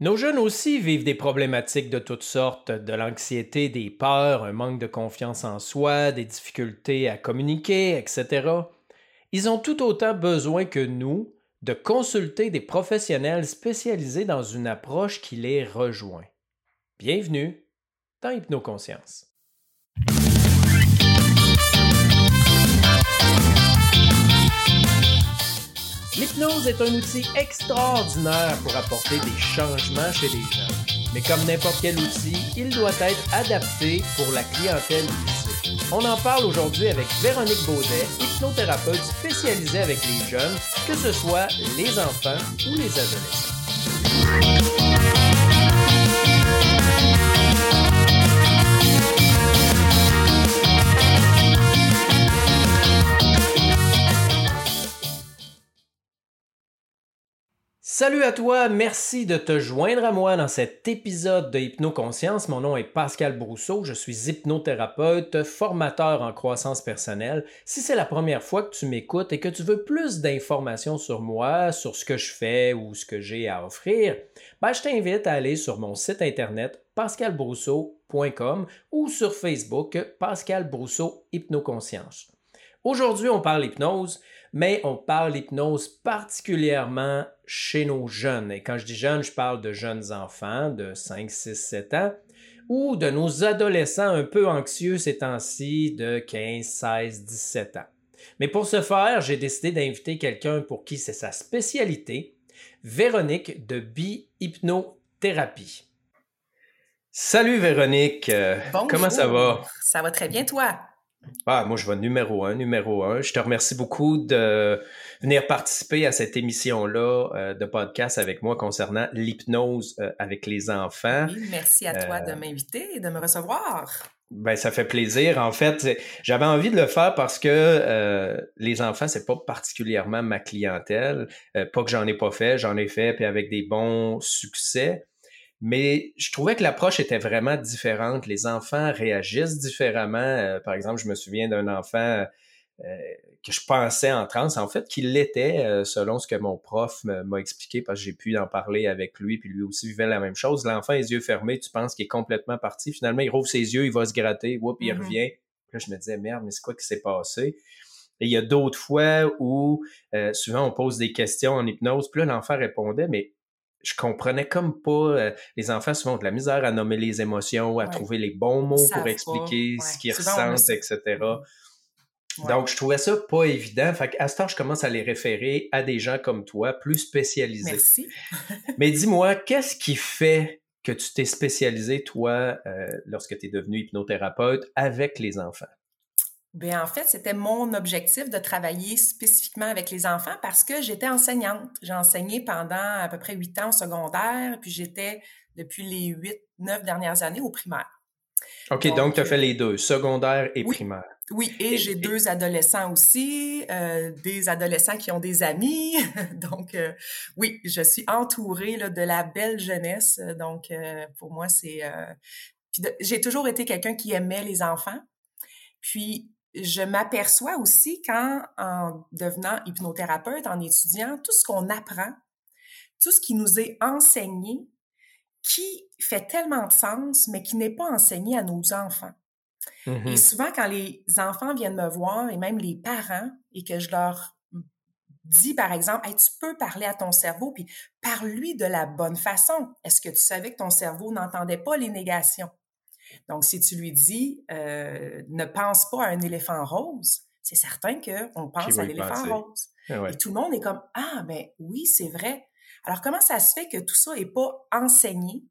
Nos jeunes aussi vivent des problématiques de toutes sortes, de l'anxiété, des peurs, un manque de confiance en soi, des difficultés à communiquer, etc. Ils ont tout autant besoin que nous de consulter des professionnels spécialisés dans une approche qui les rejoint. Bienvenue dans Hypnoconscience. L'hypnose est un outil extraordinaire pour apporter des changements chez les gens. Mais comme n'importe quel outil, il doit être adapté pour la clientèle visée. On en parle aujourd'hui avec Véronique Baudet, hypnothérapeute spécialisée avec les jeunes, que ce soit les enfants ou les adolescents. Salut à toi, merci de te joindre à moi dans cet épisode de Hypnoconscience. Mon nom est Pascal Brousseau, je suis hypnothérapeute, formateur en croissance personnelle. Si c'est la première fois que tu m'écoutes et que tu veux plus d'informations sur moi, sur ce que je fais ou ce que j'ai à offrir, je t'invite à aller sur mon site internet pascalbrousseau.com ou sur Facebook Pascal Brousseau Hypnoconscience. Aujourd'hui, on parle hypnose, mais on parle hypnose particulièrement chez nos jeunes. Et quand je dis jeunes, je parle de jeunes enfants de 5, 6, 7 ans ou de nos adolescents un peu anxieux ces temps-ci de 15, 16, 17 ans. Mais pour ce faire, j'ai décidé d'inviter quelqu'un pour qui c'est sa spécialité, Véronique de Bi-Hypnothérapie. Salut Véronique, Bonjour. Comment ça va? Ça va très bien, toi? Moi, je vais numéro un. Je te remercie beaucoup de venir participer à cette émission-là de podcast avec moi concernant l'hypnose avec les enfants. Oui, merci à toi de m'inviter et de me recevoir. Ça fait plaisir. En fait, j'avais envie de le faire parce que les enfants, c'est pas particulièrement ma clientèle. Pas que j'en ai pas fait, j'en ai fait, puis avec des bons succès. Mais je trouvais que l'approche était vraiment différente. Les enfants réagissent différemment. Par exemple, je me souviens d'un enfant que je pensais en transe, en fait, qu'il l'était, selon ce que mon prof m'a expliqué, parce que j'ai pu en parler avec lui, puis lui aussi vivait la même chose. L'enfant, les yeux fermés, tu penses qu'il est complètement parti. Finalement, il rouvre ses yeux, il va se gratter, il revient. Puis là, je me disais, merde, mais c'est quoi qui s'est passé? Et il y a d'autres fois où, souvent, on pose des questions en hypnose, puis là, l'enfant répondait, mais je comprenais comme pas. Les enfants souvent ont de la misère à nommer les émotions, à trouver les bons mots pour expliquer ce qu'ils ressentent, etc. Donc, je trouvais ça pas évident. Fait qu'à ce temps, je commence à les référer à des gens comme toi, plus spécialisés. Merci. Mais dis-moi, qu'est-ce qui fait que tu t'es spécialisé, toi, lorsque tu es devenu hypnothérapeute avec les enfants? Bien, en fait, c'était mon objectif de travailler spécifiquement avec les enfants parce que j'étais enseignante. J'ai enseigné pendant à peu près 8 ans au secondaire, puis j'étais depuis les 8-9 dernières années au primaire. OK, donc tu as fait les deux, secondaire et primaire. Oui, et j'ai 2 adolescents aussi, des adolescents qui ont des amis. Donc, oui, je suis entourée là, de la belle jeunesse. Donc, pour moi, c'est... j'ai toujours été quelqu'un qui aimait les enfants. Puis, je m'aperçois aussi en devenant hypnothérapeute, en étudiant, tout ce qu'on apprend, tout ce qui nous est enseigné, qui fait tellement de sens, mais qui n'est pas enseigné à nos enfants. Et souvent, quand les enfants viennent me voir, et même les parents, et que je leur dis, par exemple, hey, tu peux parler à ton cerveau, puis parle-lui de la bonne façon. Est-ce que tu savais que ton cerveau n'entendait pas les négations? Donc, si tu lui dis, ne pense pas à un éléphant rose, c'est certain qu'on pense à l'éléphant rose. Et tout le monde est comme, ah, ben oui, c'est vrai. Alors, comment ça se fait que tout ça n'est pas enseigné,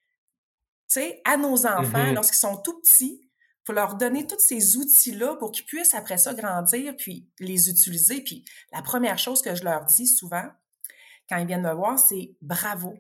tu sais, à nos enfants lorsqu'ils sont tout petits, pour leur donner tous ces outils-là pour qu'ils puissent après ça grandir puis les utiliser. Puis la première chose que je leur dis souvent quand ils viennent me voir, c'est bravo.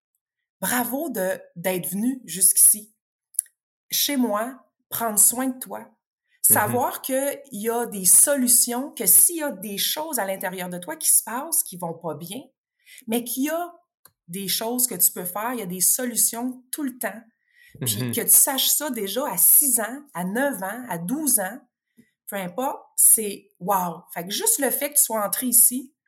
Bravo d'être venu jusqu'ici. Chez moi, prendre soin de toi. Savoir qu'il y a des solutions, que s'il y a des choses à l'intérieur de toi qui se passent, qui vont pas bien, mais qu'il y a des choses que tu peux faire, il y a des solutions tout le temps. Puis que tu saches ça déjà à 6 ans, à 9 ans, à 12 ans, peu importe, c'est wow. Fait que juste le fait que tu sois entré ici,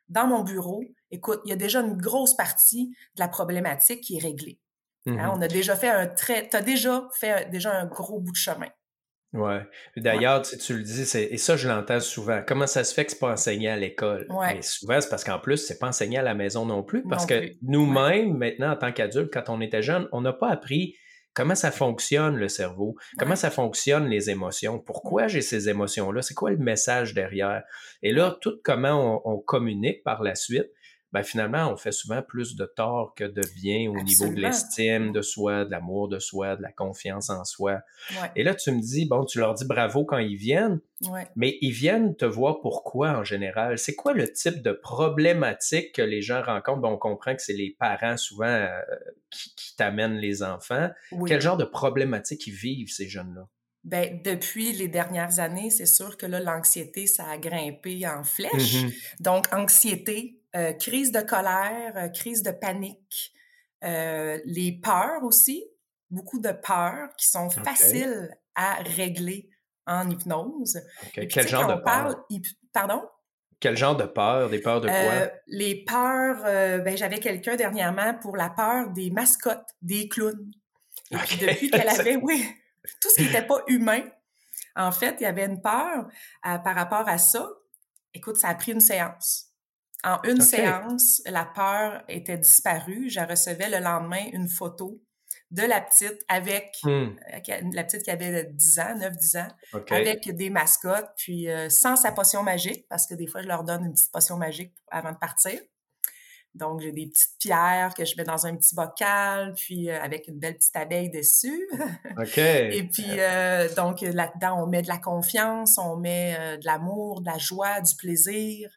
dans mon bureau, écoute, il y a déjà une grosse partie de la problématique qui est réglée. Hein, on a déjà fait t'as déjà fait déjà un gros bout de chemin. Ouais. Ouais. D'ailleurs, tu le dis, et ça, je l'entends souvent. Comment ça se fait que c'est pas enseigné à l'école? Mais Ouais, souvent, c'est parce qu'en plus, c'est pas enseigné à la maison non plus. Parce non que plus. Ouais, nous-mêmes, maintenant, en tant qu'adultes, quand on était jeunes, on n'a pas appris comment ça fonctionne le cerveau, comment ouais, ça fonctionne les émotions, mmh, pourquoi j'ai ces émotions-là, c'est quoi le message derrière. Et ouais, là, tout comment on communique par la suite, ben finalement, on fait souvent plus de tort que de bien au niveau de absolument. l'estime de soi, de l'amour de soi, de la confiance en soi. Ouais, Et là, tu me dis, bon, tu leur dis bravo quand ils viennent, ouais. mais ils viennent te voir pourquoi en général? C'est quoi le type de problématique que les gens rencontrent? Bon, on comprend que c'est les parents souvent qui t'amènent les enfants. Quel Oui. genre de problématique ils vivent, ces jeunes-là? Ben, depuis les dernières années, c'est sûr que là, l'anxiété, ça a grimpé en flèche. Mhm. Donc, anxiété, crise de colère, crise de panique, les peurs aussi, beaucoup de peurs qui sont OK. faciles à régler en hypnose. Et OK. puis, tu Quel sais, genre de quand on parle, peur? pardon? Quel genre de peur? Des peurs de quoi? Les peurs, ben, j'avais quelqu'un dernièrement pour la peur des mascottes, des clowns. Et puis, OK. depuis qu'elle avait, oui, tout ce qui n'était pas humain, en fait, il y avait une peur par rapport à ça. Écoute, ça a pris une séance. En une OK. séance, la peur était disparue. Je recevais le lendemain une photo de la petite avec Hmm. la petite qui avait 10 ans, 9-10 ans, OK. avec des mascottes, puis sans sa potion magique, parce que des fois, je leur donne une petite potion magique avant de partir. Donc, j'ai des petites pierres que je mets dans un petit bocal, puis avec une belle petite abeille dessus. Et OK. puis, donc, là-dedans, on met de la confiance, on met de l'amour, de la joie, du plaisir.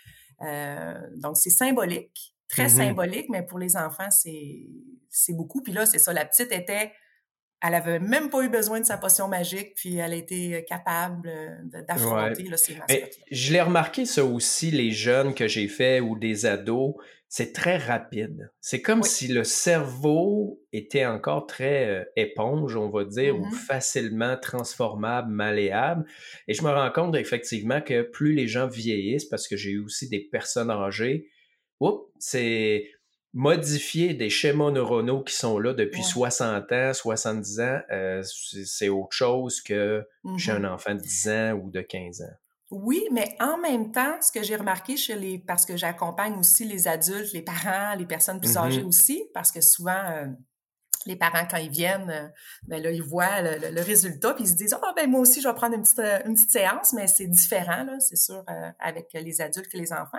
Donc, c'est symbolique, très Mhm. symbolique, mais pour les enfants, c'est beaucoup. Puis là, c'est ça, la petite elle avait même pas eu besoin de sa potion magique, puis elle a été capable Ouais. d'affronter là, ces Mais mascottes-là. je l'ai remarqué ça aussi, les jeunes que j'ai faits ou des ados, c'est très rapide. C'est comme Oui. si le cerveau était encore très éponge, on va dire, ou Mhm. facilement transformable, malléable. Et je me rends compte effectivement que plus les gens vieillissent, parce que j'ai eu aussi des personnes âgées, oups, c'est modifier des schémas neuronaux qui sont là depuis Ouais. 60 ans, 70 ans, c'est autre chose que chez un Mhm. enfant de 10 ans ou de 15 ans. Oui, mais en même temps, ce que j'ai remarqué parce que j'accompagne aussi les adultes, les parents, les personnes plus âgées Mhm. aussi, parce que souvent, les parents, quand ils viennent, ben là, ils voient le résultat, puis ils se disent, ah, ben moi aussi, je vais prendre une petite séance, mais c'est différent, là, c'est sûr, avec les adultes que les enfants.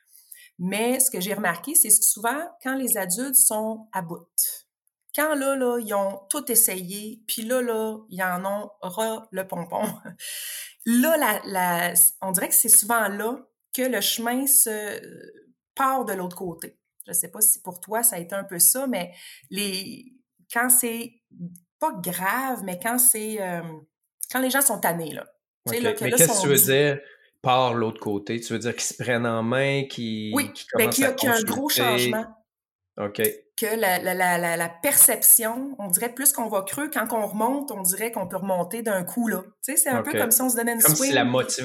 Mais ce que j'ai remarqué, c'est souvent quand les adultes sont à bout. Quand là, ils ont tout essayé, puis là, ils en ont ras le pompon. Là, on dirait que c'est souvent là que le chemin se part de l'autre côté. Je sais pas si pour toi, ça a été un peu ça, mais quand c'est pas grave, mais quand les gens sont tannés, là. Tu sais, OK. là, que Mais là, qu'est-ce que sont tu veux dits. dire par l'autre côté? Tu veux dire qu'ils se prennent en main, Oui, qu'ils ben, commencent à qu'il y a un gros changement. consulter? OK. Que la perception, on dirait plus qu'on va creux, quand on remonte, on dirait qu'on peut remonter d'un coup, là. Tu sais, c'est un peu OK. comme si on se donnait une Comme si swing, puis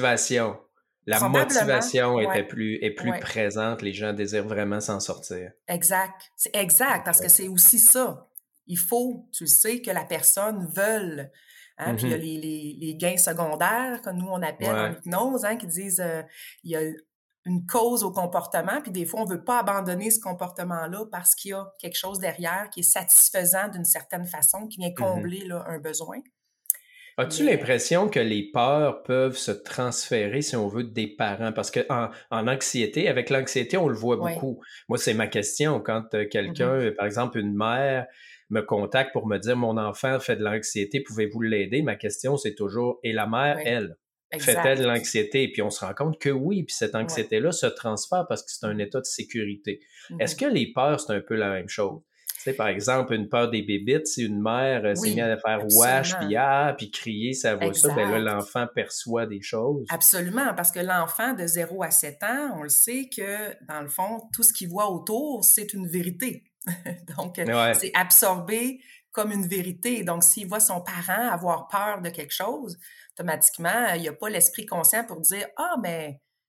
la probablement, motivation ouais, est plus ouais, présente, les gens désirent vraiment s'en sortir. exact. C'est exact, parce que OK. c'est aussi ça. Il faut, tu le sais, que la personne veuille. Hein? Puis il y a Mhm. les gains secondaires, que nous, on appelle en Ouais. hypnose, hein, qui disent il y a une cause au comportement, puis des fois, on veut pas abandonner ce comportement-là parce qu'il y a quelque chose derrière qui est satisfaisant d'une certaine façon, qui vient Mhm. combler là, un besoin. As-tu Mais l'impression que les peurs peuvent se transférer, si on veut, des parents? Parce que en anxiété, avec l'anxiété, on le voit ouais. beaucoup. Moi, c'est ma question. Quand quelqu'un, Mhm. par exemple, une mère me contacte pour me dire mon enfant fait de l'anxiété, pouvez-vous l'aider? Ma question, c'est toujours, et la mère, Ouais. elle, fait-elle de Exact. l'anxiété? Et puis on se rend compte que oui, puis cette Ouais. anxiété-là se transfère parce que c'est un Mhm. état de sécurité. Est-ce Mhm. que les peurs, c'est un peu la même chose? Tu sais, par exemple, une peur des bébites, si une mère s'est mise Oui, à faire wash, absolument. puis crier, ça va ça, ben là, Exact. l'enfant perçoit des choses. Absolument, parce que l'enfant de 0 à 7 ans, on le sait que, dans le fond, tout ce qu'il voit autour, c'est une vérité. Donc, Ouais. c'est absorbé comme une vérité. Donc, s'il voit son parent avoir peur de quelque chose, automatiquement, il n'y a pas l'esprit conscient pour dire, ah, mais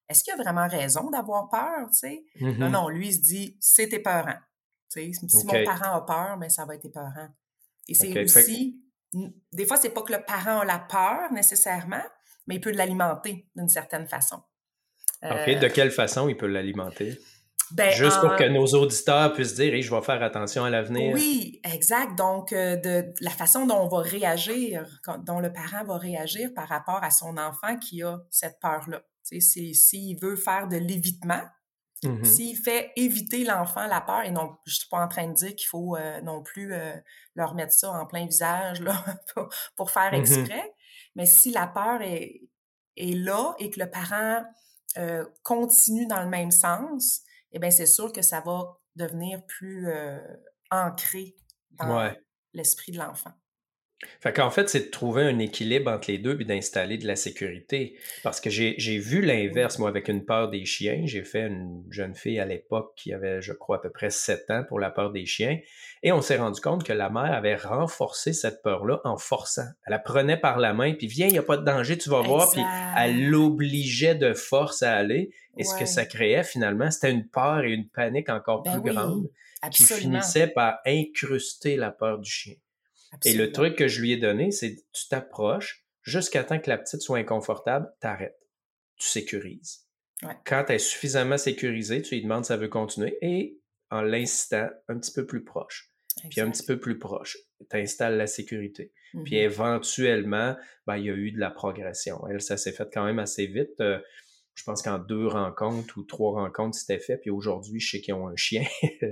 est-ce qu'il a vraiment raison d'avoir peur, tu sais? Non, Mhm. non, lui, il se dit, c'est épeurant. Tu sais, si OK. mon parent a peur, mais ça va être épeurant. Et c'est OK. aussi, des fois, c'est pas que le parent a la peur nécessairement, mais il peut l'alimenter d'une certaine façon. OK. De Euh, quelle façon il peut l'alimenter? ben, Juste pour que nos auditeurs puissent dire, hey, je vais faire attention à l'avenir. oui, exact. Donc, de la façon dont on va réagir, dont le parent va réagir par rapport à son enfant qui a cette peur-là. Tu sais, s'il veut faire de l'évitement, Mhm. s'il fait éviter l'enfant la peur, et non, je suis pas en train de dire qu'il faut non plus leur mettre ça en plein visage là, pour faire Mhm. exprès, mais si la peur est là et que le parent continue dans le même sens, eh bien, c'est sûr que ça va devenir plus ancré dans Ouais. l'esprit de l'enfant. Fait qu'en fait, c'est de trouver un équilibre entre les deux puis d'installer de la sécurité. Parce que j'ai vu Oui. l'inverse, moi, avec une peur des chiens. J'ai fait une jeune fille à l'époque qui avait, je crois, à peu près 7 ans pour la peur des chiens. Et on s'est rendu compte que la mère avait renforcé cette peur-là en forçant. Elle la prenait par la main, puis viens, il n'y a pas de danger, tu vas voir. Puis elle Exact. l'obligeait de force à aller. Et ce que ça Ouais. créait finalement, c'était une peur et une panique encore Ben plus grande oui, qui absolument, finissait par incruster la peur du chien. Et le absolument. truc que je lui ai donné, c'est tu t'approches jusqu'à temps que la petite soit inconfortable, t'arrêtes. Tu sécurises. Ouais, Quand elle est suffisamment sécurisée, tu lui demandes si elle veut continuer et en l'incitant un petit peu plus proche. Puis un petit exact. peu plus proche. Tu installes la sécurité. Puis Mhm. éventuellement, ben, il y a eu de la progression. Elle, ça s'est fait quand même assez vite. Je pense qu'en 2 rencontres ou 3 rencontres, c'était fait. Puis aujourd'hui, je sais qu'ils ont un chien.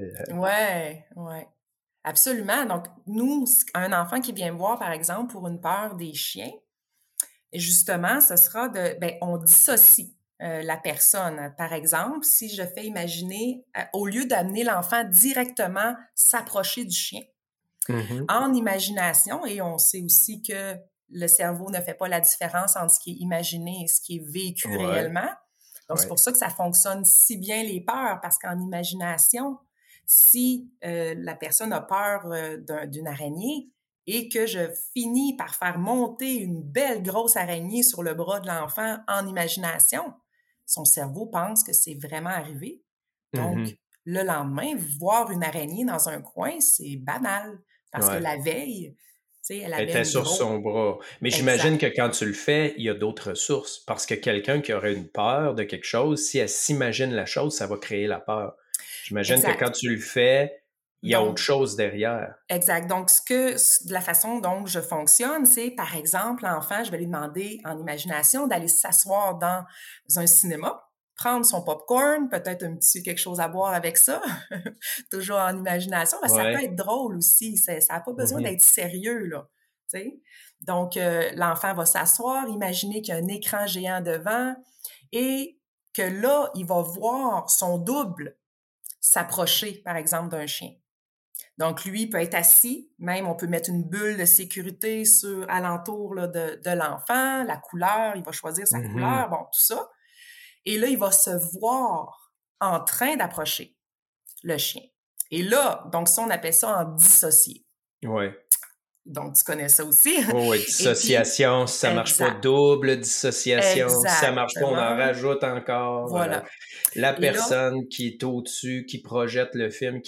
Ouais, ouais. Absolument. Donc, nous, un enfant qui vient me voir, par exemple, pour une peur des chiens, justement, ce sera ben, on dissocie la personne. Par exemple, si je fais imaginer, au lieu d'amener l'enfant directement s'approcher du chien, Mhm. en imagination, et on sait aussi que le cerveau ne fait pas la différence entre ce qui est imaginé et ce qui est vécu Ouais, réellement. Donc, c'est ouais. pour ça que ça fonctionne si bien les peurs, parce qu'en imagination, si la personne a peur d'une araignée et que je finis par faire monter une belle grosse araignée sur le bras de l'enfant en imagination, son cerveau pense que c'est vraiment arrivé. Mhm. Donc, le lendemain, voir une araignée dans un coin, c'est banal, parce que Ouais. la veille, tu sais, elle Elle avait était une sur grosse... son bras. Mais j'imagine Exact, que quand tu le fais, il y a d'autres ressources. Parce que quelqu'un qui aurait une peur de quelque chose, si elle s'imagine la chose, ça va créer la peur. J'imagine que quand exact. tu le fais, il y a autre Donc, chose derrière. exact. Donc, de la façon dont je fonctionne, c'est, par exemple, l'enfant, je vais lui demander en imagination d'aller s'asseoir dans un cinéma, prendre son popcorn, peut-être un petit quelque chose à boire avec ça, toujours en imagination, parce que ça peut Ouais. être drôle aussi. Ça n'a pas besoin Mhm. d'être sérieux, là. Tu sais? Donc, l'enfant va s'asseoir, imaginer qu'il y a un écran géant devant et que là, il va voir son double s'approcher, par exemple, d'un chien. Donc, lui peut être assis, même on peut mettre une bulle de sécurité sur alentour là, de l'enfant, la couleur, il va choisir sa Mhm. couleur, bon, tout ça. Et là, il va se voir en train d'approcher le chien. Et là, donc ça, on appelle ça en dissocié. Ouais. Donc, tu connais ça aussi. Oh, ouais, Et puis, dissociation, si ça marche pas, exact, double dissociation. Si ça marche pas, on en exactement. rajoute encore. Voilà. La Et là, personne qui est au-dessus, qui projette le film,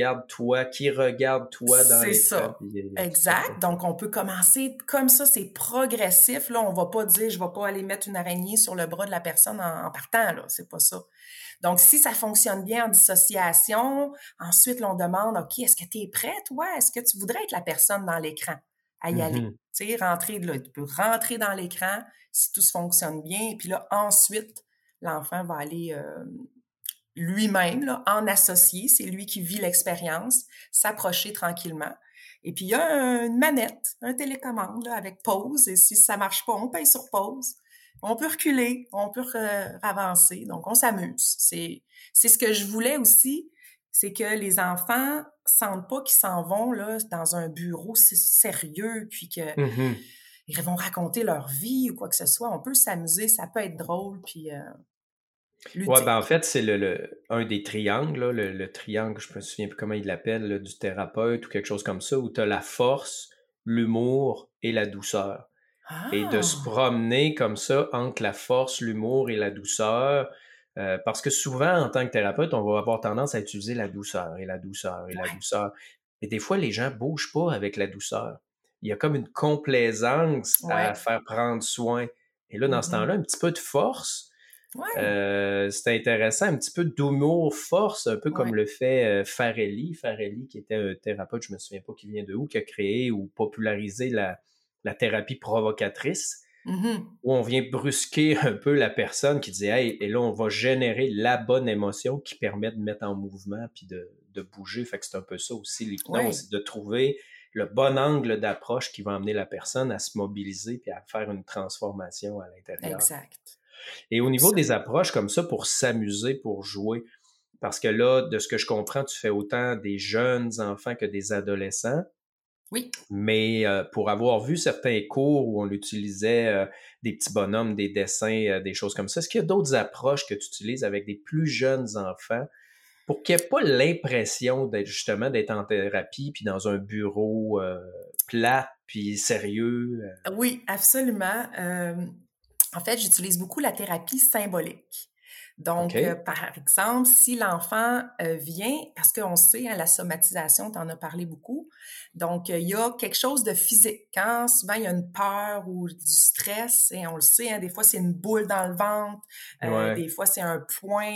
qui regarde toi dans c'est l'écran, ça. puis il y a tout ça qui va Exact. Donc, on peut commencer comme ça, c'est progressif. Là, on va pas dire, je vais pas aller mettre une araignée sur le bras de la personne en partant, là. C'est pas ça. Donc, si ça fonctionne bien en dissociation, ensuite, là, on demande, OK, est-ce que tu es prêt, toi? Est-ce que tu voudrais être la personne dans l'écran à y aller? Mhm. Tu sais, rentrer, là, tu peux rentrer dans l'écran si tout se fonctionne bien. Et puis là, ensuite, l'enfant va aller lui-même, là, en associé, c'est lui qui vit l'expérience, s'approcher tranquillement. Et puis, il y a une manette, un télécommande là, avec pause, et si ça marche pas, on paye sur pause. On peut reculer, on peut avancer, donc on s'amuse. C'est ce que je voulais aussi, c'est que les enfants sentent pas qu'ils s'en vont là dans un bureau sérieux, puis que Mhm. ils vont raconter leur vie ou quoi que ce soit. On peut s'amuser, ça peut être drôle, puis Ouais, ben en ludique. fait, c'est un des triangles, là, le triangle, je me souviens plus comment il l'appelle, là, du thérapeute ou quelque chose comme ça, où tu as la force, l'humour et la douceur. et de se Ah! promener comme ça entre la force, l'humour et la douceur. Parce que souvent, en tant que thérapeute, on va avoir tendance à utiliser la douceur et la douceur et la Ouais, douceur. Et des fois, les gens bougent pas avec la douceur. Il y a comme une complaisance à ouais. faire prendre soin. Et là, dans ce Mmh. temps-là, un petit peu de force, Ouais, c'est intéressant, un petit peu d'humour force, un peu ouais. comme le fait Farelli. Farelli, qui était un thérapeute, je me souviens pas qui vient de où, qui a créé ou popularisé la thérapie provocatrice, Mmh. où on vient brusquer un peu la personne qui dit hey, et là, on va générer la bonne émotion qui permet de mettre en mouvement puis de bouger. Fait que c'est un peu ça aussi, l'hypnose, Ouais, c'est de trouver le bon angle d'approche qui va amener la personne à se mobiliser puis à faire une transformation à l'intérieur. exact. Et au niveau des Absolument. approches comme ça pour s'amuser, pour jouer, parce que là, de ce que je comprends, tu fais autant des jeunes enfants que des adolescents. Oui. Mais pour avoir vu certains cours où on utilisait des petits bonhommes, des dessins, des choses comme ça, est-ce qu'il y a d'autres approches que tu utilises avec des plus jeunes enfants pour qu'il n'y ait pas l'impression d'être justement d'être en thérapie puis dans un bureau plate puis sérieux? Oui, absolument. En fait, j'utilise beaucoup la thérapie symbolique. Donc, OK? par exemple, si l'enfant, vient parce qu'on sait, hein, la somatisation, tu en as parlé beaucoup. Donc, il y a quelque chose de physique. Quand souvent il y a une peur ou du stress et on le sait, hein, des fois c'est une boule dans le ventre, Ouais. des fois c'est un point,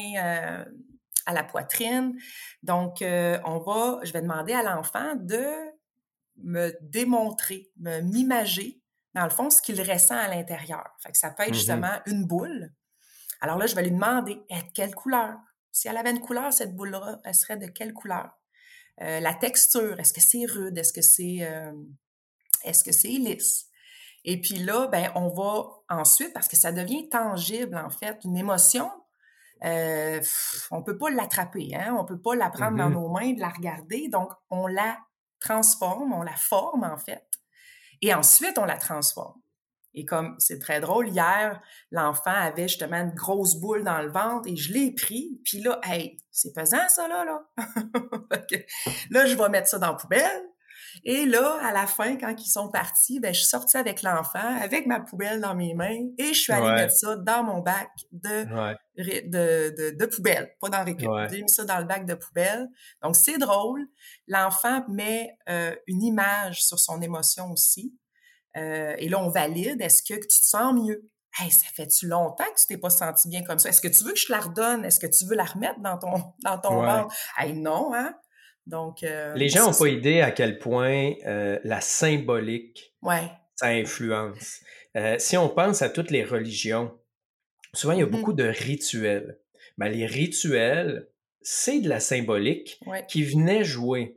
à la poitrine. Donc, je vais demander à l'enfant de me démontrer, m'imager, dans le fond, ce qu'il ressent à l'intérieur. Fait que ça peut être Mhm. justement une boule. Alors là, je vais lui demander, elle est de quelle couleur? Si elle avait une couleur, cette boule-là, elle serait de quelle couleur? La texture, est-ce que c'est rude? Est-ce que c'est lisse? Et puis là, ben, on va ensuite, parce que ça devient tangible, en fait, une émotion, on peut pas l'attraper, hein? On peut pas la prendre dans Mhm. nos mains, de la regarder. Donc, on la transforme, on la forme, en fait. Et ensuite, on la transforme. Et comme c'est très drôle, hier, l'enfant avait justement une grosse boule dans le ventre et je l'ai pris. Puis là, hey, c'est pesant ça là. Là, je vais mettre ça dans la poubelle. Et là, à la fin, quand ils sont partis, ben, je suis sortie avec l'enfant, avec ma poubelle dans mes mains, et je suis allée Ouais. mettre ça dans mon bac Ouais. de poubelle, pas dans le récup. Ouais. J'ai mis ça dans le bac de poubelle. Donc, c'est drôle. L'enfant met une image sur son émotion aussi. Et là, on valide. Est-ce que tu te sens mieux? Hey, ça fait-tu longtemps que tu t'es pas senti bien comme ça? Est-ce que tu veux que je te la redonne? Est-ce que tu veux la remettre dans ton Ouais. ventre? Hey, non, hein? Donc, Les gens c'est n'ont pas ça. idée à quel point la symbolique, Ouais. ça influence. Si on pense à toutes les religions, souvent, il y a beaucoup Mhm. de rituels. Ben, les rituels, c'est de la symbolique Ouais. qui venait jouer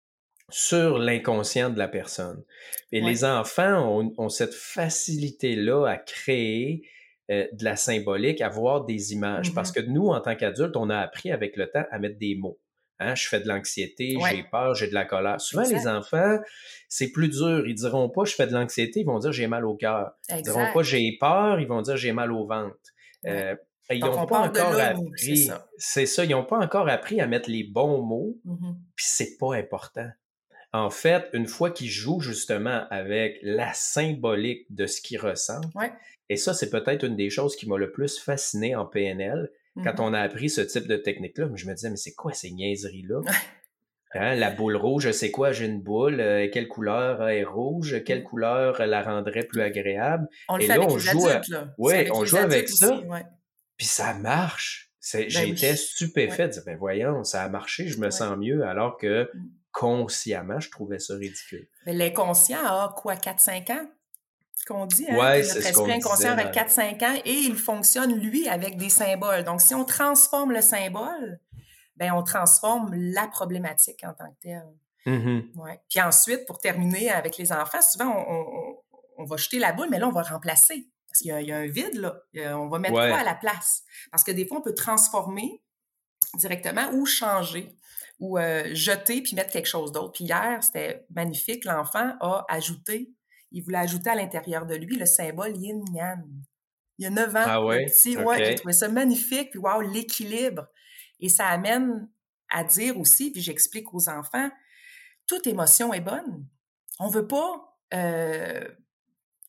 sur l'inconscient de la personne. Et Ouais. les enfants ont cette facilité-là à créer de la symbolique, à voir des images. Parce Mhm. que nous, en tant qu'adultes, on a appris avec le temps à mettre des mots. Hein, je fais de l'anxiété, Ouais. j'ai peur, j'ai de la colère. Souvent, les Exact. enfants, c'est plus dur. Ils diront pas je fais de l'anxiété, ils vont dire j'ai mal au cœur. Ils diront pas Exact. j'ai peur, ils vont dire j'ai mal au ventre. Ouais. Euh, ils Donc, n'ont on pas part de encore là, nous, c'est appris, ça. c'est ça, ils n'ont pas encore appris à mettre les bons mots, Mhm. puis c'est pas important. En fait, une fois qu'ils jouent justement avec la symbolique de ce qu'ils ressentent, Ouais. et ça, c'est peut-être une des choses qui m'a le plus fasciné en PNL, quand Mhm. on a appris ce type de technique-là, je me disais, mais c'est quoi ces niaiseries-là? Hein, la boule rouge, c'est quoi? J'ai une boule. Quelle couleur est rouge? Quelle Mm. couleur la rendrait plus agréable? On le Et fait là, avec on les joue adultes, là. C'est ouais, avec on les joue avec adultes aussi, ça, ouais. puis ça marche. Ben J'étais oui. Ouais. stupéfait de dire, ben voyons, ça a marché, je me Ouais. sens mieux, alors que Mm. consciemment, je trouvais ça ridicule. Mais l'inconscient a quoi, 4 5 ans? Qu'on dit, hein, que Ouais, c'est notre ce esprit qu'on inconscient disait aurait dans 4 5 ans et il fonctionne, lui, avec des symboles. Donc, si on transforme le symbole, ben on transforme la problématique en tant que telle. Mhm. Ouais. Puis ensuite, pour terminer avec les enfants, souvent, on va jeter la boule, mais là, on va remplacer. Parce qu'il y a un vide, là. On va mettre quoi à Ouais. la place? Parce que des fois, on peut transformer directement ou changer ou jeter puis mettre quelque chose d'autre. Puis hier, c'était magnifique. L'enfant a ajouté, il voulait ajouter à l'intérieur de lui le symbole yin-yang. Il y a 9 ans, Ah le ouais? petit, OK. ouais, j'ai trouvé ça magnifique. Puis wow, l'équilibre. Et ça amène à dire aussi, puis j'explique aux enfants, toute émotion est bonne. On veut pas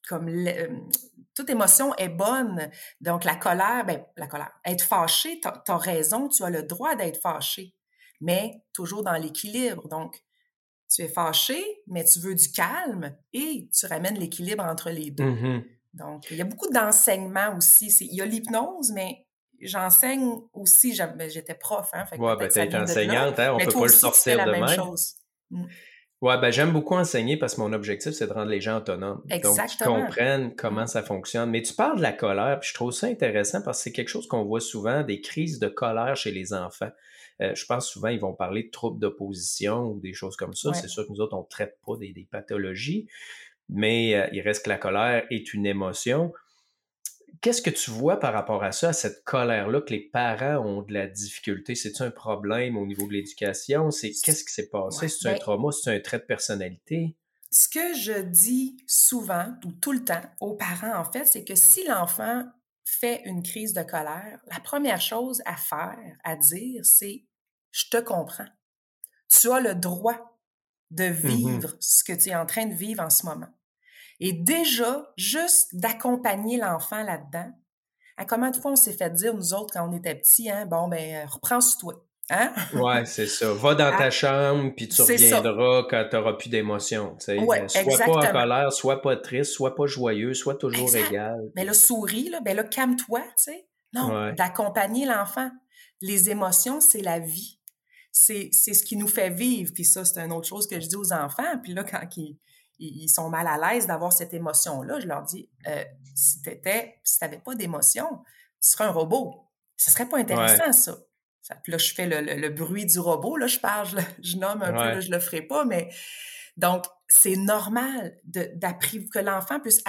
comme toute émotion est bonne. Donc, la colère, être fâché, t'as raison, tu as le droit d'être fâché, mais toujours dans l'équilibre. Donc, tu es fâché, mais tu veux du calme et tu ramènes l'équilibre entre les deux. Mhm. Donc, il y a beaucoup d'enseignement aussi. Il y a l'hypnose, mais j'enseigne aussi. J'étais prof, hein, fait que Ouais, peut-être t'es ça vient de là. enseignante, hein, on Mais peut toi pas le aussi, tu fais sortir la de même même. chose. Mm. Ouais, j'aime beaucoup enseigner parce que mon objectif, c'est de rendre les gens autonomes. Donc, qu'ils Exactement. comprennent comment ça fonctionne. Mais tu parles de la colère, puis je trouve ça intéressant parce que c'est quelque chose qu'on voit souvent, des crises de colère chez les enfants. Je pense souvent, ils vont parler de troubles d'opposition ou des choses comme ça. Ouais. C'est sûr que nous autres, on ne traite pas des pathologies, mais il reste que la colère est une émotion. Qu'est-ce que tu vois par rapport à ça, à cette colère-là, que les parents ont de la difficulté? C'est-tu un problème au niveau de l'éducation? Qu'est-ce qui s'est passé? Ouais. C'est-tu un trauma? C'est-tu un trait de personnalité? Ce que je dis souvent, ou tout le temps, aux parents, en fait, c'est que si l'enfant fait une crise de colère, la première chose à faire, à dire, c'est « je te comprends ». Tu as le droit de Mhm. vivre ce que tu es en train de vivre en ce moment. Et déjà, juste d'accompagner l'enfant là-dedans, à combien de fois on s'est fait dire, nous autres, quand on était petits, hein, reprends sur toi. Hein? Ouais, c'est ça. Va dans ta chambre, puis tu C'est ça. reviendras quand tu n'auras plus d'émotion. Ouais, Sois pas en exactement. colère, sois pas triste, sois pas joyeux, sois toujours Exact. égal. Ben là, souris, là, ben là, calme-toi, tu sais. Non, Ouais. d'accompagner l'enfant. Les émotions, c'est la vie. C'est ce qui nous fait vivre. Puis ça, c'est une autre chose que je dis aux enfants. Puis là, quand ils sont mal à l'aise d'avoir cette émotion-là, je leur dis, si t'avais pas d'émotion, tu serais un robot. Ce serait pas Ouais. intéressant, ça. Puis là, je fais le bruit du robot, là, je parle, je nomme un peu, là, Ouais. je le ferai pas, mais donc, c'est normal que l'enfant puisse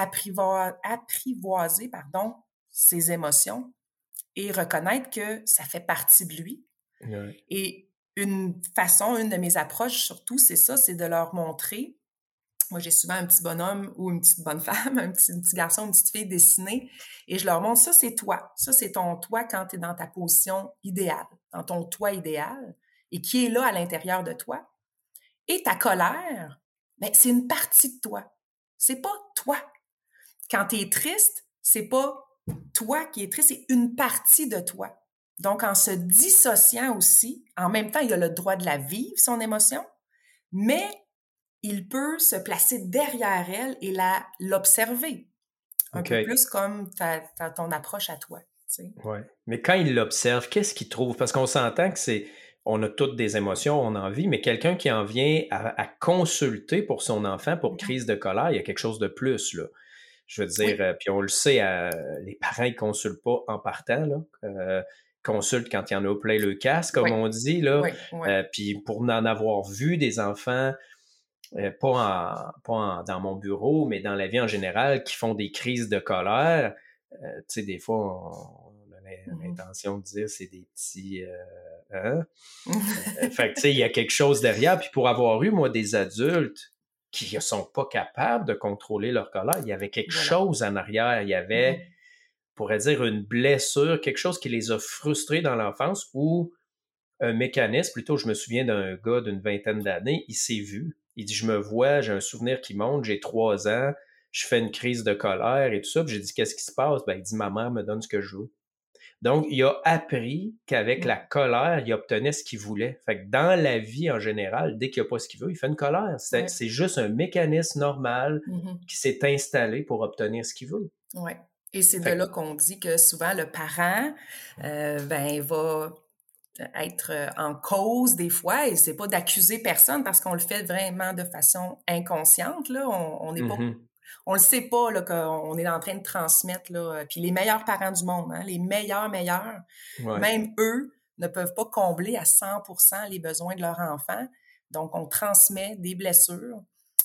apprivoiser ses émotions et reconnaître que ça fait partie de lui. Ouais. Et une de mes approches surtout, c'est ça, c'est de leur montrer. Moi, j'ai souvent un petit bonhomme ou une petite bonne femme, un petit garçon, une petite fille dessinée, et je leur montre, ça, c'est toi. Ça, c'est ton toi quand tu es dans ta position idéale, dans ton toi idéal, et qui est là à l'intérieur de toi. Et ta colère, c'est une partie de toi. C'est pas toi. Quand tu es triste, c'est pas toi qui es triste, c'est une partie de toi. Donc, en se dissociant aussi, en même temps, il a le droit de la vivre, son émotion, mais il peut se placer derrière elle et l'observer. Un peu OK. plus comme ton approche à toi. Tu sais. Ouais. Mais quand il l'observe, qu'est-ce qu'il trouve? Parce qu'on s'entend que on a toutes des émotions, on en vit, mais quelqu'un qui en vient à consulter pour son enfant pour crise de colère, il y a quelque chose de plus, là. Je veux dire, Oui. puis on le sait, les parents, ils consultent pas en partant, là. Consultent quand il y en a plein le casse, comme Oui. on dit, là. Oui. Puis pour en avoir vu des enfants, dans mon bureau, mais dans la vie en général, qui font des crises de colère, tu sais, des fois, on a l'intention de dire c'est des petits... hein? Fait que, tu sais, il y a quelque chose derrière. Puis pour avoir eu, moi, des adultes qui ne sont pas capables de contrôler leur colère, il y avait quelque chose en arrière. Il y avait, on pourrait dire, une blessure, quelque chose qui les a frustrés dans l'enfance ou un mécanisme. Plutôt, je me souviens d'un gars d'une vingtaine d'années, il s'est vu. Il dit, je me vois, j'ai un souvenir qui monte, j'ai 3 ans, je fais une crise de colère et tout ça. Puis j'ai dit, qu'est-ce qui se passe? Ben, il dit, ma mère me donne ce que je veux. Donc, il a appris qu'avec la colère, il obtenait ce qu'il voulait. Fait que dans la vie en général, dès qu'il n'y a pas ce qu'il veut, il fait une colère. C'est juste un mécanisme normal qui s'est installé pour obtenir ce qu'il veut. Oui. Et c'est de là qu'on dit que souvent le parent, va être en cause des fois, et c'est pas d'accuser personne parce qu'on le fait vraiment de façon inconsciente, là. On n'est pas... On le sait pas, là, qu'on est en train de transmettre, là. Puis les meilleurs parents du monde, hein, les meilleurs, même eux ne peuvent pas combler à 100% les besoins de leur enfant. Donc, on transmet des blessures.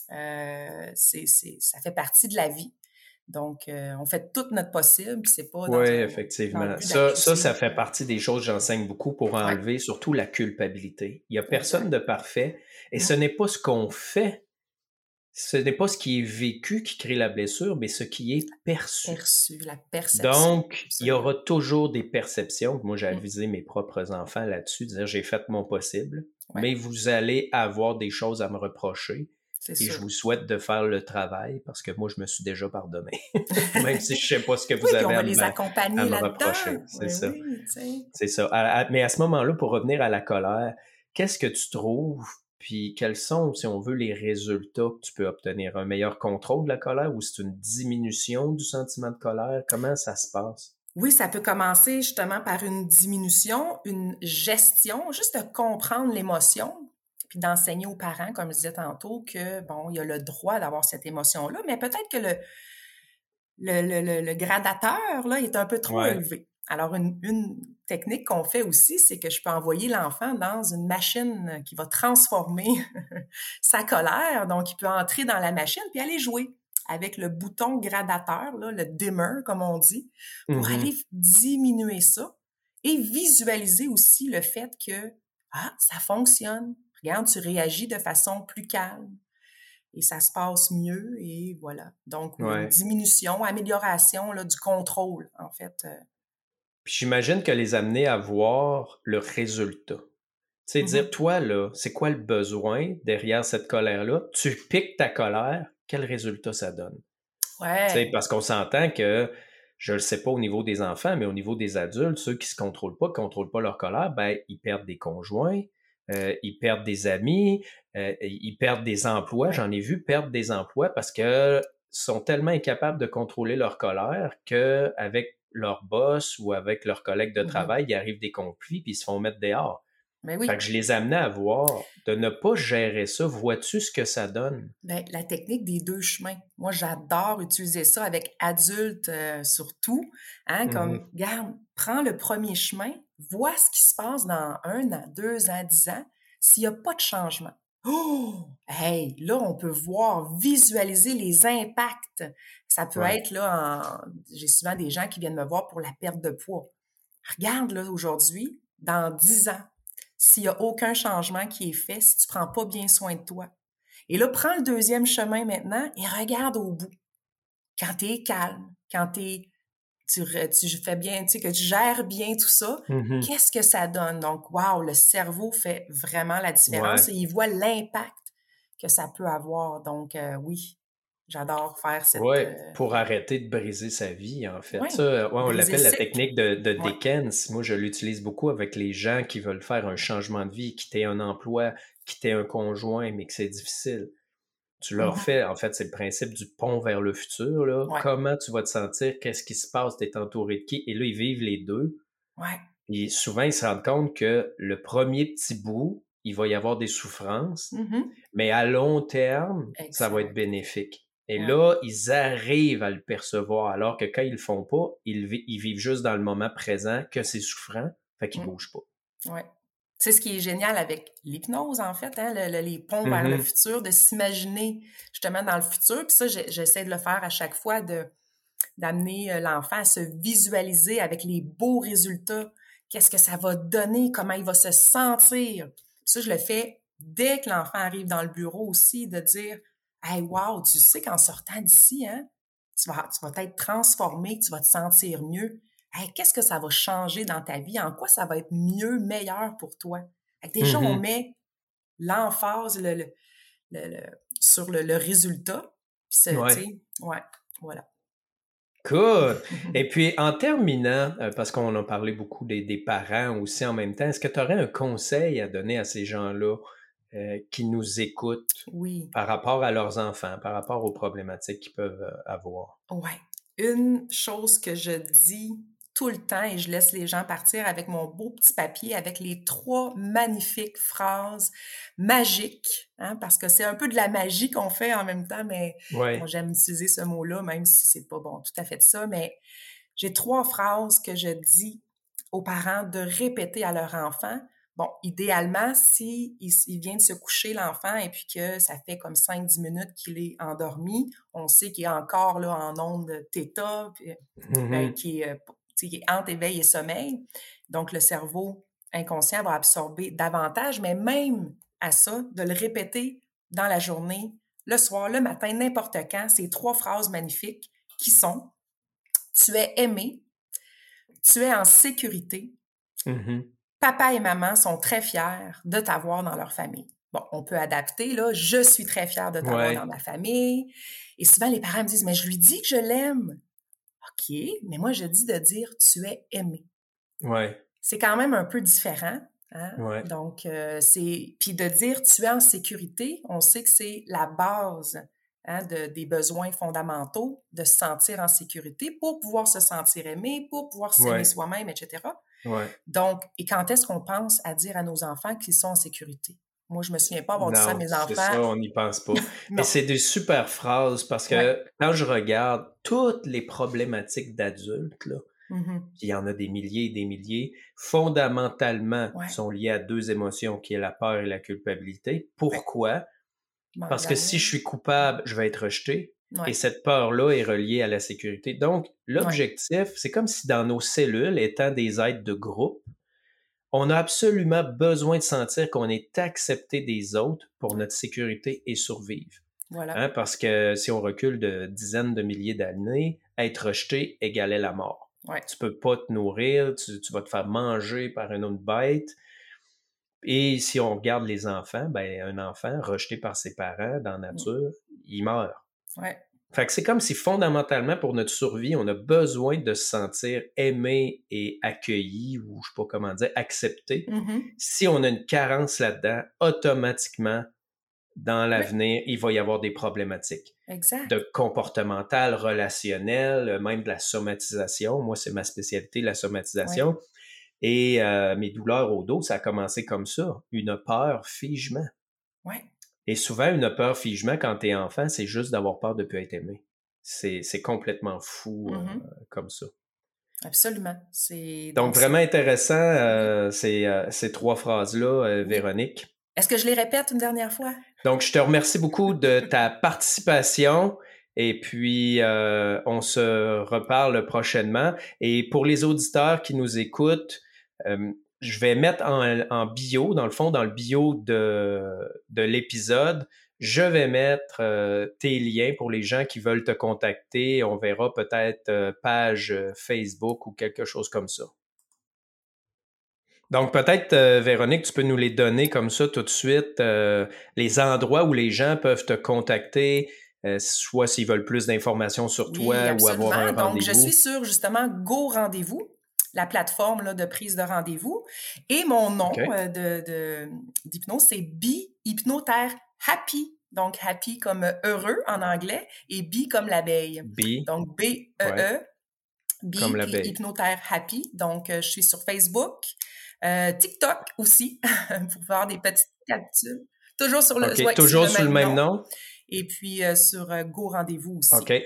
Ça fait partie de la vie. Donc, on fait tout notre possible, c'est pas dans Oui, dans effectivement. le but Ça d'accuser. fait partie des choses que j'enseigne beaucoup pour enlever surtout la culpabilité. Il n'y a personne de parfait et ce n'est pas ce qu'on fait, ce n'est pas ce qui est vécu qui crée la blessure, mais ce qui est perçu. La perception. Donc, il y aura toujours des perceptions. Moi, j'ai avisé mes propres enfants là-dessus, dire j'ai fait mon possible, mais vous allez avoir des choses à me reprocher. c'est Et je sûr. vous souhaite de faire le travail parce que moi, je me suis déjà pardonné. Même si je sais pas ce que Oui, vous puis on avez va à les accompagner me là-dedans. reprocher. C'est Oui, ça. oui, tu sais. C'est ça. Mais à ce moment-là, pour revenir à la colère, qu'est-ce que tu trouves? Puis quels sont, si on veut, les résultats que tu peux obtenir? Un meilleur contrôle de la colère ou c'est une diminution du sentiment de colère? Comment ça se passe? Oui, ça peut commencer justement par une diminution, une gestion, juste de comprendre l'émotion, puis d'enseigner aux parents, comme je disais tantôt, que bon, il y a le droit d'avoir cette émotion-là, mais peut-être que le gradateur là est un peu trop Ouais. élevé. Alors, une technique qu'on fait aussi, c'est que je peux envoyer l'enfant dans une machine qui va transformer sa colère. Donc, il peut entrer dans la machine puis aller jouer avec le bouton gradateur, là, le dimmer, comme on dit, pour aller Mhm. diminuer ça et visualiser aussi le fait que, ah, ça fonctionne. Regarde, tu réagis de façon plus calme et ça se passe mieux et voilà. Donc oui, une Ouais. diminution, amélioration là, du contrôle, en fait. Puis j'imagine que les amener à voir le résultat. Tu sais, dire, Mhm. toi, là, c'est quoi le besoin derrière cette colère-là? Tu piques ta colère, quel résultat ça donne? Tu sais, Ouais. parce qu'on s'entend que, je le sais pas au niveau des enfants, mais au niveau des adultes, ceux qui se contrôlent pas leur colère, ben, ils perdent des conjoints, ils perdent des amis, ils perdent des emplois. Ouais. J'en ai vu perdre des emplois parce que sont tellement incapables de contrôler leur colère que avec leur boss ou avec leurs collègues de Mhm. travail, il arrive des conflits puis ils se font mettre dehors. Mais Fait oui. que je les amenais à voir, de ne pas gérer ça. Vois-tu ce que ça donne? Ben, la technique des deux chemins. Moi, j'adore utiliser ça avec adultes surtout. Hein, comme, Mhm. regarde, prends le premier chemin, vois ce qui se passe dans 1 an, 2 ans, 10 ans, s'il n'y a pas de changement. Oh! Hey, là, on peut voir, visualiser les impacts. Ça peut Ouais. être, là, j'ai souvent des gens qui viennent me voir pour la perte de poids. Regarde, là, aujourd'hui, dans 10 ans, s'il n'y a aucun changement qui est fait, si tu prends pas bien soin de toi. Et là, prends le deuxième chemin maintenant et regarde au bout. Quand tu es calme, quand tu fais bien, tu sais, que tu gères bien tout ça, Mhm. qu'est-ce que ça donne? Donc, wow, le cerveau fait vraiment la différence Ouais. et il voit l'impact que ça peut avoir. Donc, oui, j'adore faire Ouais, pour arrêter de briser sa vie, en fait. ouais, Ça, ouais, on briser le l'appelle la cycle. technique de Ouais. Dickens. Moi, je l'utilise beaucoup avec les gens qui veulent faire un changement de vie, quitter un emploi, quitter un conjoint, mais que c'est difficile. Tu leur Mhm. fais, en fait, c'est le principe du pont vers le futur, là. Ouais. Comment tu vas te sentir? Qu'est-ce qui se passe? T'es entouré de qui? Et là, ils vivent les deux. Ouais. Et souvent, ils se rendent compte que le premier petit bout, il va y avoir des souffrances, Mhm. mais à long terme, ça va être Exact. bénéfique. Et Ouais. là, ils arrivent à le percevoir, alors que quand ils le font pas, ils vivent juste dans le moment présent, que c'est souffrant, fait qu'ils Mm. bougent pas. Ouais. C'est ce qui est génial avec l'hypnose, en fait, hein, les ponts vers le Mhm. futur, de s'imaginer justement dans le futur. Puis ça, j'essaie de le faire à chaque fois, d'amener l'enfant à se visualiser avec les beaux résultats. Qu'est-ce que ça va donner? Comment il va se sentir? Puis ça, je le fais dès que l'enfant arrive dans le bureau aussi, de dire, hey, wow, tu sais qu'en sortant d'ici, hein, tu vas être transformé, tu vas te sentir mieux. Hey, qu'est-ce que ça va changer dans ta vie? En quoi ça va être mieux, meilleur pour toi? Fait que déjà, on Mhm. met l'emphase le- sur le résultat. Puis, tu Ouais. sais, ouais, voilà. Cool. Et puis, en terminant, parce qu'on a parlé beaucoup des parents aussi en même temps, est-ce que tu aurais un conseil à donner à ces gens-là qui nous écoutent Oui, par rapport à leurs enfants, par rapport aux problématiques qu'ils peuvent avoir? ouais. Une chose que je dis tout le temps et je laisse les gens partir avec mon beau petit papier avec les 3 magnifiques phrases magiques, hein, parce que c'est un peu de la magie qu'on fait en même temps, mais bon, Ouais. j'aime utiliser ce mot-là, même si c'est pas bon tout à fait ça, mais j'ai 3 phrases que je dis aux parents de répéter à leur enfant. Bon, idéalement, si il vient de se coucher, l'enfant, et puis que ça fait comme 5-10 minutes qu'il est endormi, on sait qu'il est encore là en onde θ, puis, ben, Mhm. qui est entre éveil et sommeil. Donc, le cerveau inconscient va absorber davantage, mais même à ça, de le répéter dans la journée, le soir, le matin, n'importe quand, ces 3 phrases magnifiques qui sont: tu es aimé, tu es en sécurité, Mhm. papa et maman sont très fiers de t'avoir dans leur famille. bon, on peut adapter, là. Je suis très fière de t'avoir dans ma famille. Et souvent, les parents me disent, mais je lui dis que je l'aime. OK, mais moi, je dis de dire, tu es aimé. Ouais. C'est quand même un peu différent. Hein? Ouais. Donc, puis de dire, tu es en sécurité, on sait que c'est la base des besoins fondamentaux, de se sentir en sécurité pour pouvoir se sentir aimé, pour pouvoir s'aimer soi-même, etc. Ouais. Donc, et quand est-ce qu'on pense à dire à nos enfants qu'ils sont en sécurité? Moi, je me souviens pas avoir dit ça à mes enfants. C'est ça, on n'y pense pas. Mais c'est des super phrases parce que quand je regarde toutes les problématiques d'adultes, là, il y en a des milliers et des milliers, fondamentalement sont liées à deux émotions qui est la peur et la culpabilité. Pourquoi? Parce que si je suis coupable, je vais être rejeté. Et cette peur-là est reliée à la sécurité. Donc, l'objectif, c'est comme si dans nos cellules, étant des êtres de groupe, on a absolument besoin de sentir qu'on est accepté des autres pour notre sécurité et survivre. Voilà. Hein, parce que si on recule de dizaines de milliers d'années, être rejeté égalait la mort. Tu peux pas te nourrir, tu vas te faire manger par une autre bête. Et si on regarde les enfants, ben un enfant rejeté par ses parents dans la nature, il meurt. Fait que c'est comme si fondamentalement pour notre survie, on a besoin de se sentir aimé et accueilli, ou je sais pas comment dire, accepté. Si on a une carence là-dedans, automatiquement, dans l'avenir, il va y avoir des problématiques. Exact. De comportemental, relationnel, même de la somatisation. Moi, c'est ma spécialité, la somatisation. Et mes douleurs au dos, ça a commencé comme ça. Une peur figement. Et souvent, une peur figement, quand t'es enfant, c'est juste d'avoir peur de ne plus être aimé. C'est complètement fou comme ça. Absolument. Donc vraiment intéressant, ces trois phrases-là, Véronique. Est-ce que je les répète une dernière fois? Donc, je te remercie beaucoup de ta participation. Et puis, on se reparle prochainement. Et pour les auditeurs qui nous écoutent, je vais mettre en bio, dans le fond, dans le bio de l'épisode, je vais mettre tes liens pour les gens qui veulent te contacter. On verra peut-être page Facebook ou quelque chose comme ça. Donc, peut-être, Véronique, tu peux nous les donner comme ça tout de suite, les endroits où les gens peuvent te contacter, soit s'ils veulent plus d'informations sur toi ou avoir un rendez-vous. Donc, je suis sur, justement, Go Rendez-vous, la plateforme là, de prise de rendez-vous. Et mon nom d'hypnose, c'est Be Hypnotherapy Happy. Donc, happy comme heureux en anglais et Be comme l'abeille. Donc, B-E-E. Be comme l'abeille. Hypnotherapy Happy. Donc, je suis sur Facebook. TikTok aussi, pour faire des petites capsules. Toujours sur le, toujours sur le même nom. Et puis sur Go Rendez-vous aussi. OK.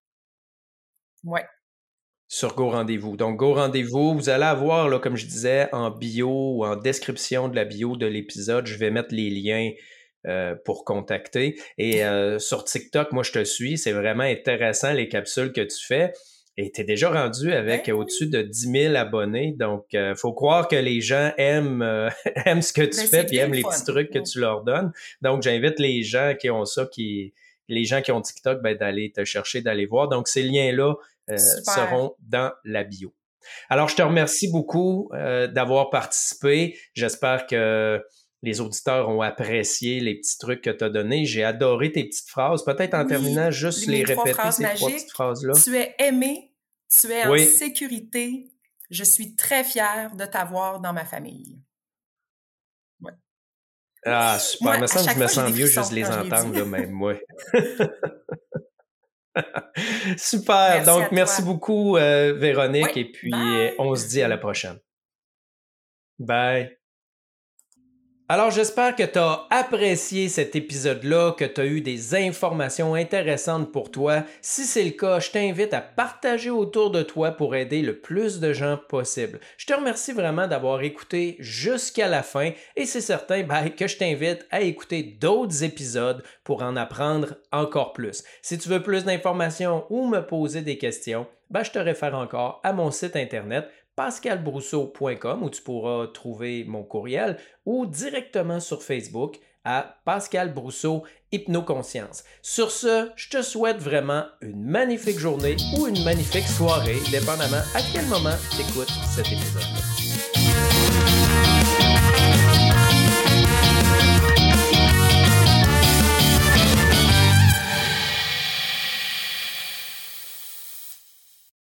Sur Go Rendez-vous. Donc, Go Rendez-vous, vous allez avoir, là, comme je disais, en bio ou en description de la bio de l'épisode, je vais mettre les liens pour contacter. Et sur TikTok, moi, je te suis. C'est vraiment intéressant, les capsules que tu fais. Et tu es déjà rendu avec au-dessus de 10 000 abonnés. Donc, il faut croire que les gens aiment ce que tu fais et aiment les petits trucs que tu leur donnes. Donc, j'invite les gens qui ont ça, les gens qui ont TikTok, d'aller te chercher, d'aller voir. Donc, ces liens-là seront dans la bio. Alors, je te remercie beaucoup d'avoir participé. J'espère que les auditeurs ont apprécié les petits trucs que tu as donnés. J'ai adoré tes petites phrases. Peut-être en terminant, juste les répéter, ces trois petites phrases-là. Tu es aimé, tu es en sécurité. Je suis très fière de t'avoir dans ma famille. Ah, super. Moi, je me sens mieux juste les entendre, là, même moi. Super. Donc, merci beaucoup, Véronique. Et puis, on se dit à la prochaine. Bye. Alors, j'espère que tu as apprécié cet épisode-là, que tu as eu des informations intéressantes pour toi. Si c'est le cas, je t'invite à partager autour de toi pour aider le plus de gens possible. Je te remercie vraiment d'avoir écouté jusqu'à la fin et c'est certain que je t'invite à écouter d'autres épisodes pour en apprendre encore plus. Si tu veux plus d'informations ou me poser des questions, je te réfère encore à mon site internet pascalbrousseau.com où tu pourras trouver mon courriel ou directement sur Facebook à Pascal Brousseau Hypnoconscience. Sur ce, je te souhaite vraiment une magnifique journée ou une magnifique soirée, dépendamment à quel moment tu écoutes cet épisode-là.